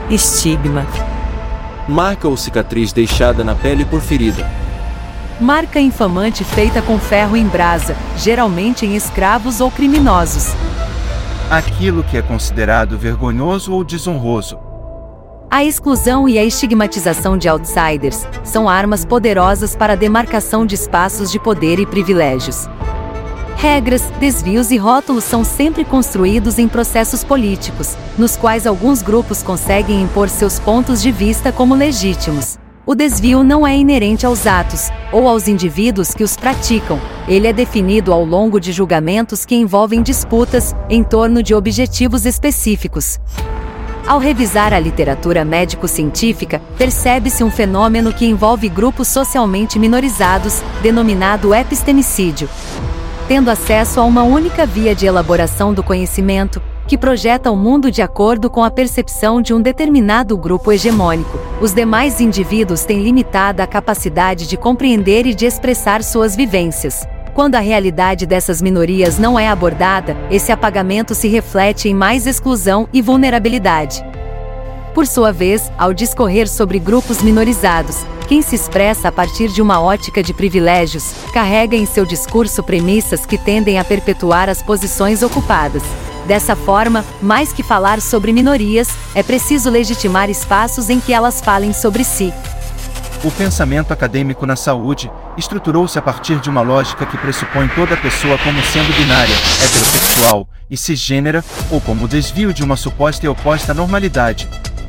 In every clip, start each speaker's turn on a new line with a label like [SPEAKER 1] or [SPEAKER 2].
[SPEAKER 1] Estigma.
[SPEAKER 2] Marca ou cicatriz deixada na pele por ferida.
[SPEAKER 3] Marca infamante feita com ferro em brasa, geralmente em escravos ou criminosos.
[SPEAKER 4] Aquilo que é considerado vergonhoso ou desonroso.
[SPEAKER 3] A exclusão e a estigmatização de outsiders são armas poderosas para a demarcação de espaços de poder e privilégios. Regras, desvios e rótulos são sempre construídos em processos políticos, nos quais alguns grupos conseguem impor seus pontos de vista como legítimos. O desvio não é inerente aos atos, ou aos indivíduos que os praticam, ele é definido ao longo de julgamentos que envolvem disputas em torno de objetivos específicos. Ao revisar a literatura médico-científica, percebe-se um fenômeno que envolve grupos socialmente minorizados, denominado epistemicídio. Tendo acesso a uma única via de elaboração do conhecimento, que projeta o mundo de acordo com a percepção de um determinado grupo hegemônico, os demais indivíduos têm limitada a capacidade de compreender e de expressar suas vivências. Quando a realidade dessas minorias não é abordada, esse apagamento se reflete em mais exclusão e vulnerabilidade. Por sua vez, ao discorrer sobre grupos minorizados, quem se expressa a partir de uma ótica de privilégios, carrega em seu discurso premissas que tendem a perpetuar as posições ocupadas. Dessa forma, mais que falar sobre minorias, é preciso legitimar espaços em que elas falem sobre si.
[SPEAKER 4] O pensamento acadêmico na saúde estruturou-se a partir de uma lógica que pressupõe toda pessoa como sendo binária, heterossexual e cisgênera, ou como o desvio de uma suposta e oposta normalidade.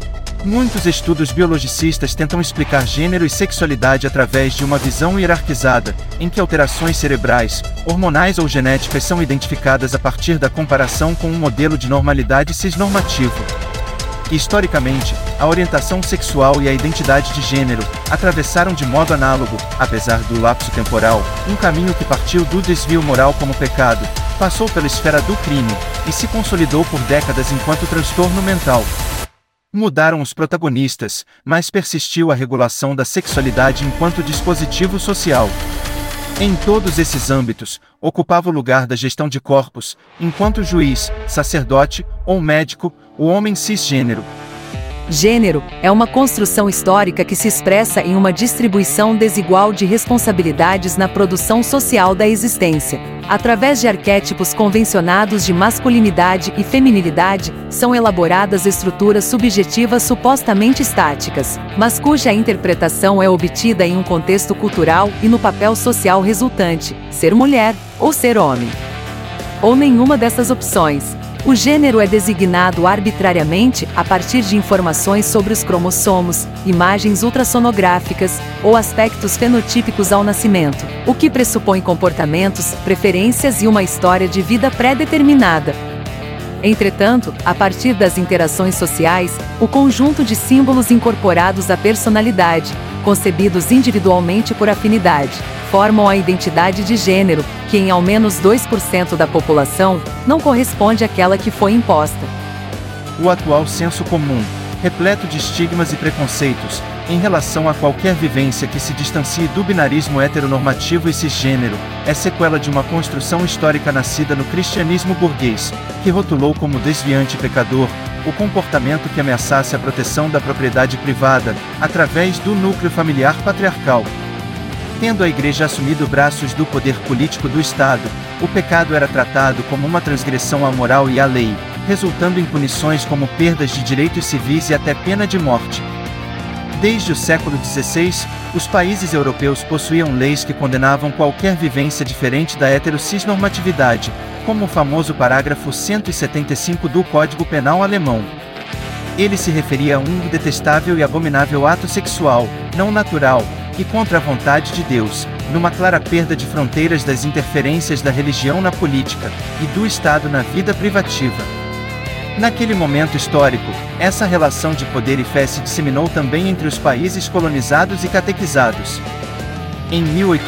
[SPEAKER 4] Muitos estudos biologicistas tentam explicar gênero e sexualidade através de uma visão hierarquizada, em que alterações cerebrais, hormonais ou genéticas são identificadas a partir da comparação com um modelo de normalidade cisnormativo. Historicamente, a orientação sexual e a identidade de gênero atravessaram de modo análogo, apesar do lapso temporal, um caminho que partiu do desvio moral como pecado, passou pela esfera do crime e se consolidou por décadas enquanto transtorno mental. Mudaram os protagonistas, mas persistiu a regulação da sexualidade enquanto dispositivo social. Em todos esses âmbitos, ocupava o lugar da gestão de corpos, enquanto juiz, sacerdote ou médico, o homem cisgênero.
[SPEAKER 3] Gênero é uma construção histórica que se expressa em uma distribuição desigual de responsabilidades na produção social da existência. Através de arquétipos convencionados de masculinidade e feminilidade, são elaboradas estruturas subjetivas supostamente estáticas, mas cuja interpretação é obtida em um contexto cultural e no papel social resultante, ser mulher ou ser homem. Ou nenhuma dessas opções. O gênero é designado arbitrariamente a partir de informações sobre os cromossomos, imagens ultrassonográficas ou aspectos fenotípicos ao nascimento, o que pressupõe comportamentos, preferências e uma história de vida pré-determinada. Entretanto, a partir das interações sociais, o conjunto de símbolos incorporados à personalidade, concebidos individualmente por afinidade, formam a identidade de gênero, que em ao menos 2% da população, não corresponde àquela que foi imposta.
[SPEAKER 4] O atual senso comum, repleto de estigmas e preconceitos, em relação a qualquer vivência que se distancie do binarismo heteronormativo e cisgênero, é sequela de uma construção histórica nascida no cristianismo burguês, que rotulou como desviante e pecador o comportamento que ameaçasse a proteção da propriedade privada, através do núcleo familiar patriarcal. Tendo a Igreja assumido braços do poder político do Estado, o pecado era tratado como uma transgressão à moral e à lei, resultando em punições como perdas de direitos civis e até pena de morte. Desde o século XVI, os países europeus possuíam leis que condenavam qualquer vivência diferente da heterossexnormatividade, como o famoso parágrafo 175 do Código Penal alemão. Ele se referia a um detestável e abominável ato sexual, não natural, e contra a vontade de Deus, numa clara perda de fronteiras das interferências da religião na política, e do Estado na vida privativa. Naquele momento histórico, essa relação de poder e fé se disseminou também entre os países colonizados e catequizados. Em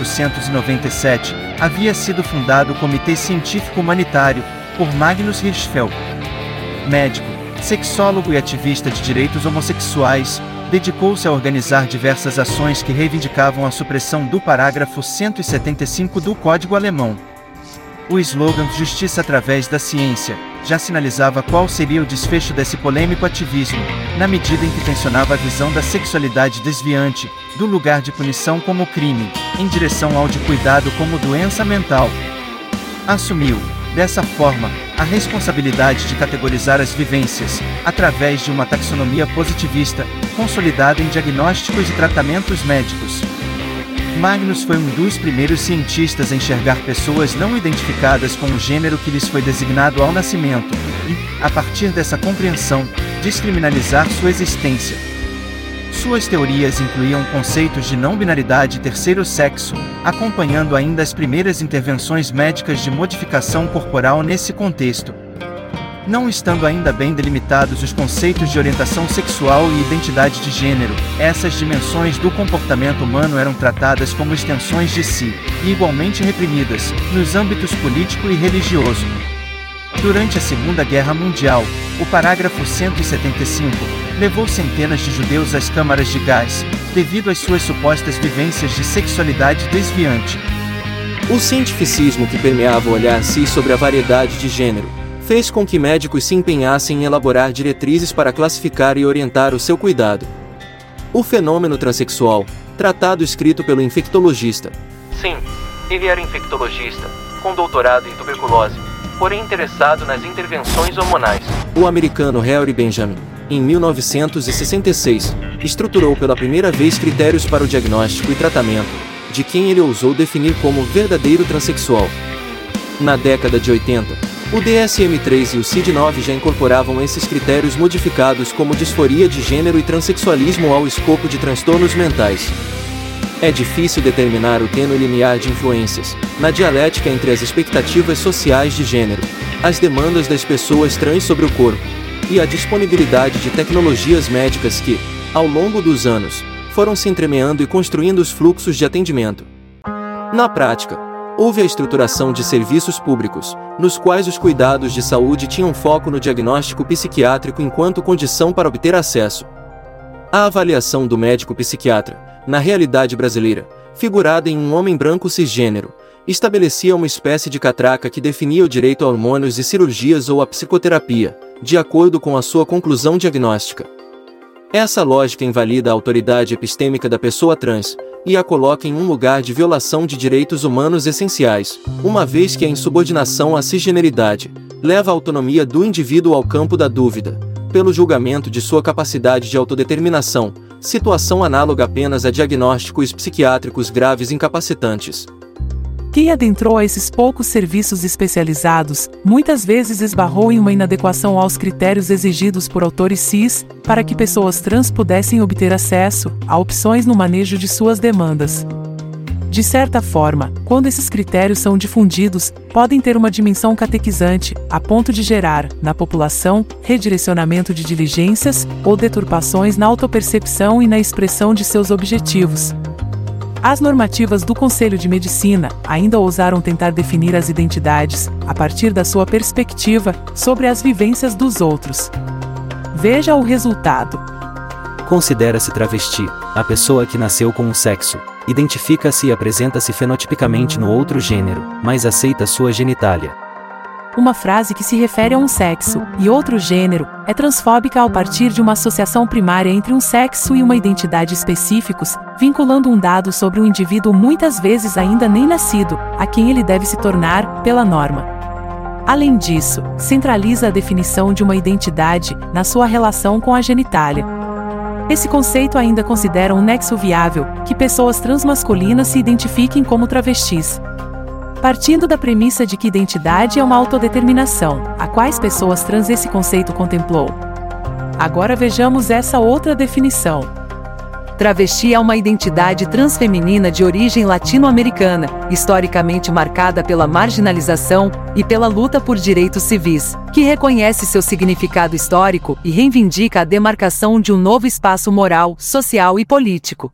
[SPEAKER 4] 1897, havia sido fundado o Comitê Científico Humanitário, por Magnus Hirschfeld. Médico, sexólogo e ativista de direitos homossexuais, dedicou-se a organizar diversas ações que reivindicavam a supressão do parágrafo 175 do Código Alemão. O slogan "Justiça através da ciência" já sinalizava qual seria o desfecho desse polêmico ativismo, na medida em que tensionava a visão da sexualidade desviante, do lugar de punição como crime, em direção ao de cuidado como doença mental. Assumiu, dessa forma, a responsabilidade de categorizar as vivências, através de uma taxonomia positivista, consolidada em diagnósticos e tratamentos médicos. Magnus foi um dos primeiros cientistas a enxergar pessoas não identificadas com o gênero que lhes foi designado ao nascimento, e, a partir dessa compreensão, descriminalizar sua existência. Suas teorias incluíam conceitos de não-binaridade e terceiro sexo, acompanhando ainda as primeiras intervenções médicas de modificação corporal nesse contexto. Não estando ainda bem delimitados os conceitos de orientação sexual e identidade de gênero, essas dimensões do comportamento humano eram tratadas como extensões de si, e igualmente reprimidas, nos âmbitos político e religioso. Durante a Segunda Guerra Mundial, o parágrafo 175 levou centenas de judeus às câmaras de gás, devido às suas supostas vivências de sexualidade desviante.
[SPEAKER 2] O cientificismo que permeava o olhar cis sobre a variedade de gênero fez com que médicos se empenhassem em elaborar diretrizes para classificar e orientar o seu cuidado. O fenômeno transexual, tratado escrito pelo infectologista. Sim, ele era infectologista, com doutorado em tuberculose, porém interessado nas intervenções hormonais. O americano Harry Benjamin, em 1966, estruturou pela primeira vez critérios para o diagnóstico e tratamento, de quem ele ousou definir como verdadeiro transexual. Na década de 80, o DSM-3 e o CID-9 já incorporavam esses critérios modificados como disforia de gênero e transexualismo ao escopo de transtornos mentais. É difícil determinar o tênue limiar de influências, na dialética entre as expectativas sociais de gênero, as demandas das pessoas trans sobre o corpo, e a disponibilidade de tecnologias médicas que, ao longo dos anos, foram se entremeando e construindo os fluxos de atendimento. Na prática, houve a estruturação de serviços públicos, nos quais os cuidados de saúde tinham foco no diagnóstico psiquiátrico enquanto condição para obter acesso. A avaliação do médico psiquiatra, na realidade brasileira, figurada em um homem branco cisgênero, estabelecia uma espécie de catraca que definia o direito a hormônios e cirurgias ou a psicoterapia, de acordo com a sua conclusão diagnóstica. Essa lógica invalida a autoridade epistêmica da pessoa trans, e a coloca em um lugar de violação de direitos humanos essenciais, uma vez que a insubordinação à cisgeneridade leva a autonomia do indivíduo ao campo da dúvida, pelo julgamento de sua capacidade de autodeterminação, situação análoga apenas a diagnósticos psiquiátricos graves incapacitantes.
[SPEAKER 1] Quem adentrou a esses poucos serviços especializados, muitas vezes esbarrou em uma inadequação aos critérios exigidos por autores cis, para que pessoas trans pudessem obter acesso a opções no manejo de suas demandas. De certa forma, quando esses critérios são difundidos, podem ter uma dimensão catequizante, a ponto de gerar, na população, redirecionamento de diligências ou deturpações na autopercepção e na expressão de seus objetivos. As normativas do Conselho de Medicina ainda ousaram tentar definir as identidades, a partir da sua perspectiva, sobre as vivências dos outros. Veja o resultado.
[SPEAKER 5] Considera-se travesti a pessoa que nasceu com um sexo, identifica-se e apresenta-se fenotipicamente no outro gênero, mas aceita sua genitália.
[SPEAKER 1] Uma frase que se refere a um sexo e outro gênero é transfóbica ao partir de uma associação primária entre um sexo e uma identidade específicos, vinculando um dado sobre um indivíduo muitas vezes ainda nem nascido, a quem ele deve se tornar, pela norma. Além disso, centraliza a definição de uma identidade na sua relação com a genitália. Esse conceito ainda considera um nexo viável que pessoas transmasculinas se identifiquem como travestis. Partindo da premissa de que identidade é uma autodeterminação, a quais pessoas trans esse conceito contemplou. Agora vejamos essa outra definição.
[SPEAKER 3] Travesti é uma identidade transfeminina de origem latino-americana, historicamente marcada pela marginalização e pela luta por direitos civis, que reconhece seu significado histórico e reivindica a demarcação de um novo espaço moral, social e político.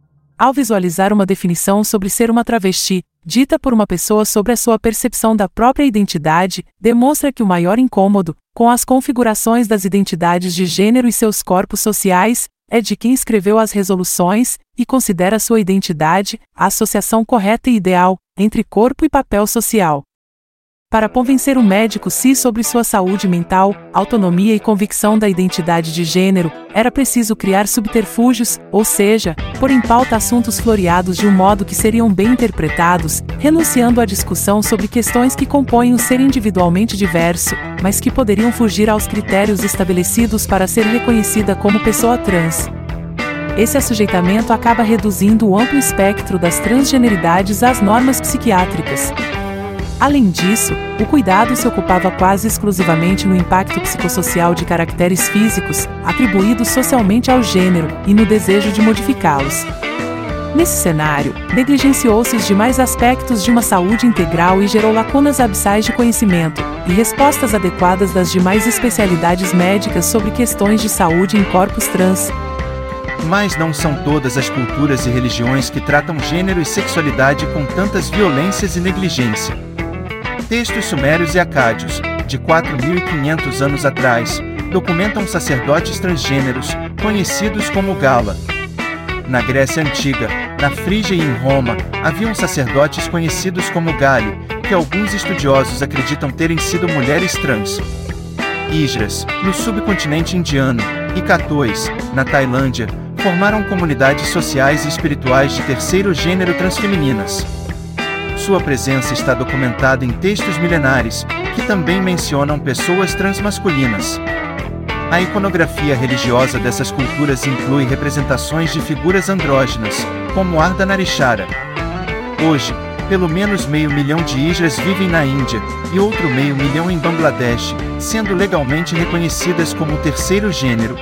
[SPEAKER 1] Ao visualizar uma definição sobre ser uma travesti, dita por uma pessoa sobre a sua percepção da própria identidade, demonstra que o maior incômodo, com as configurações das identidades de gênero e seus corpos sociais, é de quem escreveu as resoluções e considera sua identidade a associação correta e ideal entre corpo e papel social. Para convencer um médico cis sobre sua saúde mental, autonomia e convicção da identidade de gênero, era preciso criar subterfúgios, ou seja, pôr em pauta assuntos floreados de um modo que seriam bem interpretados, renunciando à discussão sobre questões que compõem o ser individualmente diverso, mas que poderiam fugir aos critérios estabelecidos para ser reconhecida como pessoa trans. Esse assujeitamento acaba reduzindo o amplo espectro das transgeneridades às normas psiquiátricas. Além disso, o cuidado se ocupava quase exclusivamente no impacto psicossocial de caracteres físicos, atribuídos socialmente ao gênero, e no desejo de modificá-los. Nesse cenário, negligenciou-se os demais aspectos de uma saúde integral e gerou lacunas abissais de conhecimento, e respostas adequadas das demais especialidades médicas sobre questões de saúde em corpos trans.
[SPEAKER 4] Mas não são todas as culturas e religiões que tratam gênero e sexualidade com tantas violências e negligência. Textos sumérios e acádios, de 4.500 anos atrás, documentam sacerdotes transgêneros, conhecidos como Gala. Na Grécia Antiga, na Frígia e em Roma, haviam sacerdotes conhecidos como Gali, que alguns estudiosos acreditam terem sido mulheres trans. Hijras, no subcontinente indiano, e Catois, na Tailândia, formaram comunidades sociais e espirituais de terceiro gênero transfemininas. Sua presença está documentada em textos milenares, que também mencionam pessoas transmasculinas. A iconografia religiosa dessas culturas inclui representações de figuras andrógenas, como Ardhanarishara. Hoje, pelo menos 500 mil de hijras vivem na Índia, e outro 500 mil em Bangladesh, sendo legalmente reconhecidas como terceiro gênero.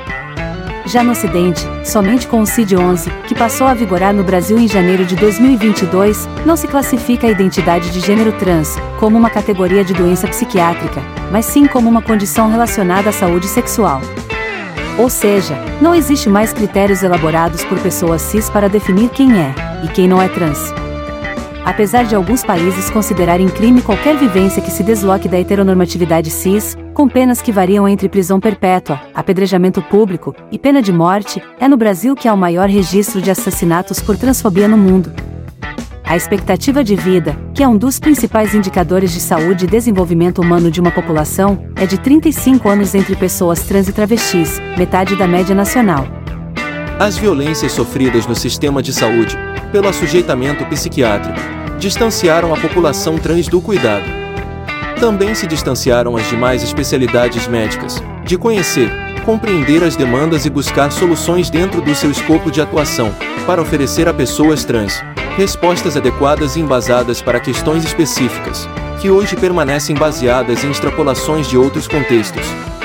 [SPEAKER 3] Já no Ocidente, somente com o CID-11, que passou a vigorar no Brasil em janeiro de 2022, não se classifica a identidade de gênero trans como uma categoria de doença psiquiátrica, mas sim como uma condição relacionada à saúde sexual. Ou seja, não existe mais critérios elaborados por pessoas cis para definir quem é e quem não é trans. Apesar de alguns países considerarem crime qualquer vivência que se desloque da heteronormatividade cis, com penas que variam entre prisão perpétua, apedrejamento público e pena de morte, é no Brasil que há o maior registro de assassinatos por transfobia no mundo. A expectativa de vida, que é um dos principais indicadores de saúde e desenvolvimento humano de uma população, é de 35 anos entre pessoas trans e travestis, metade da média nacional.
[SPEAKER 2] As violências sofridas no sistema de saúde, pelo assujeitamento psiquiátrico, distanciaram a população trans do cuidado. Também se distanciaram as demais especialidades médicas, de conhecer, compreender as demandas e buscar soluções dentro do seu escopo de atuação, para oferecer a pessoas trans respostas adequadas e embasadas para questões específicas, que hoje permanecem baseadas em extrapolações de outros contextos.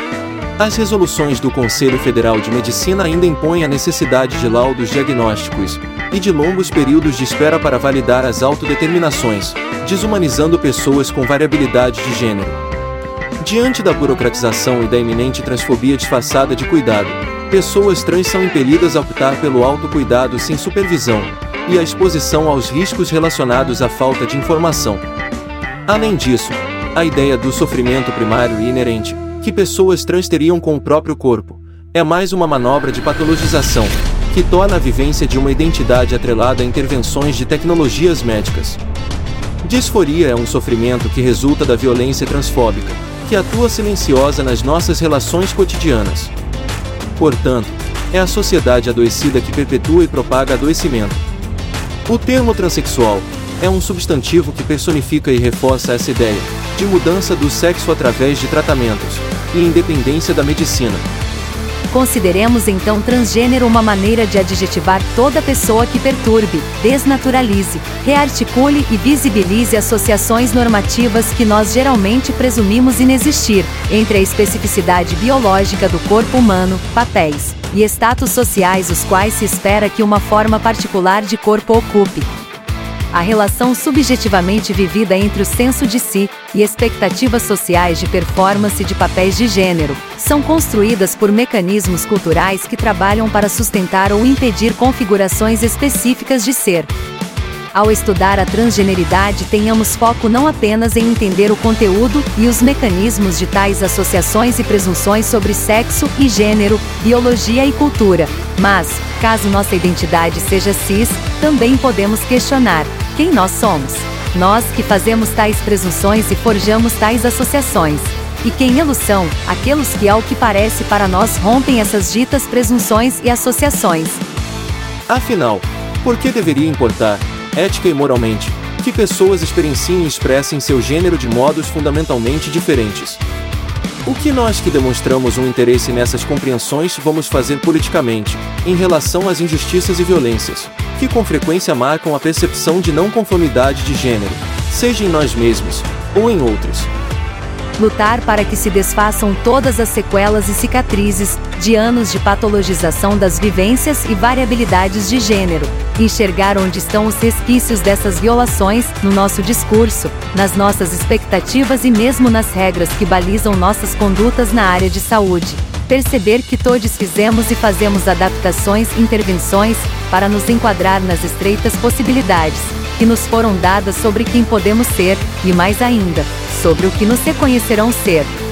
[SPEAKER 2] As resoluções do Conselho Federal de Medicina ainda impõem a necessidade de laudos diagnósticos e de longos períodos de espera para validar as autodeterminações, desumanizando pessoas com variabilidade de gênero. Diante da burocratização e da iminente transfobia disfarçada de cuidado, pessoas trans são impelidas a optar pelo autocuidado sem supervisão e a exposição aos riscos relacionados à falta de informação. Além disso, a ideia do sofrimento primário e inerente que pessoas trans teriam com o próprio corpo é mais uma manobra de patologização, que torna a vivência de uma identidade atrelada a intervenções de tecnologias médicas. Disforia é um sofrimento que resulta da violência transfóbica, que atua silenciosa nas nossas relações cotidianas. Portanto, é a sociedade adoecida que perpetua e propaga adoecimento. O termo transexual é um substantivo que personifica e reforça essa ideia de mudança do sexo através de tratamentos e independência da medicina.
[SPEAKER 3] Consideremos então transgênero uma maneira de adjetivar toda pessoa que perturbe, desnaturalize, rearticule e visibilize associações normativas que nós geralmente presumimos inexistir, entre a especificidade biológica do corpo humano, papéis e status sociais os quais se espera que uma forma particular de corpo ocupe. A relação subjetivamente vivida entre o senso de si e expectativas sociais de performance de papéis de gênero são construídas por mecanismos culturais que trabalham para sustentar ou impedir configurações específicas de ser. Ao estudar a transgeneridade, tenhamos foco não apenas em entender o conteúdo e os mecanismos de tais associações e presunções sobre sexo e gênero, biologia e cultura, mas, caso nossa identidade seja cis, também podemos questionar quem nós somos. Nós que fazemos tais presunções e forjamos tais associações. E que em elução, aqueles que ao que parece para nós rompem essas ditas presunções e associações.
[SPEAKER 2] Afinal, por que deveria importar, ética e moralmente, que pessoas experienciem e expressem seu gênero de modos fundamentalmente diferentes? O que nós que demonstramos um interesse nessas compreensões vamos fazer politicamente, em relação às injustiças e violências, que com frequência marcam a percepção de não conformidade de gênero, seja em nós mesmos, ou em outros?
[SPEAKER 3] Lutar para que se desfaçam todas as sequelas e cicatrizes de anos de patologização das vivências e variabilidades de gênero. Enxergar onde estão os resquícios dessas violações no nosso discurso, nas nossas expectativas e mesmo nas regras que balizam nossas condutas na área de saúde. Perceber que todos fizemos e fazemos adaptações e intervenções para nos enquadrar nas estreitas possibilidades que nos foram dadas sobre quem podemos ser, e mais ainda, sobre o que nos reconhecerão ser.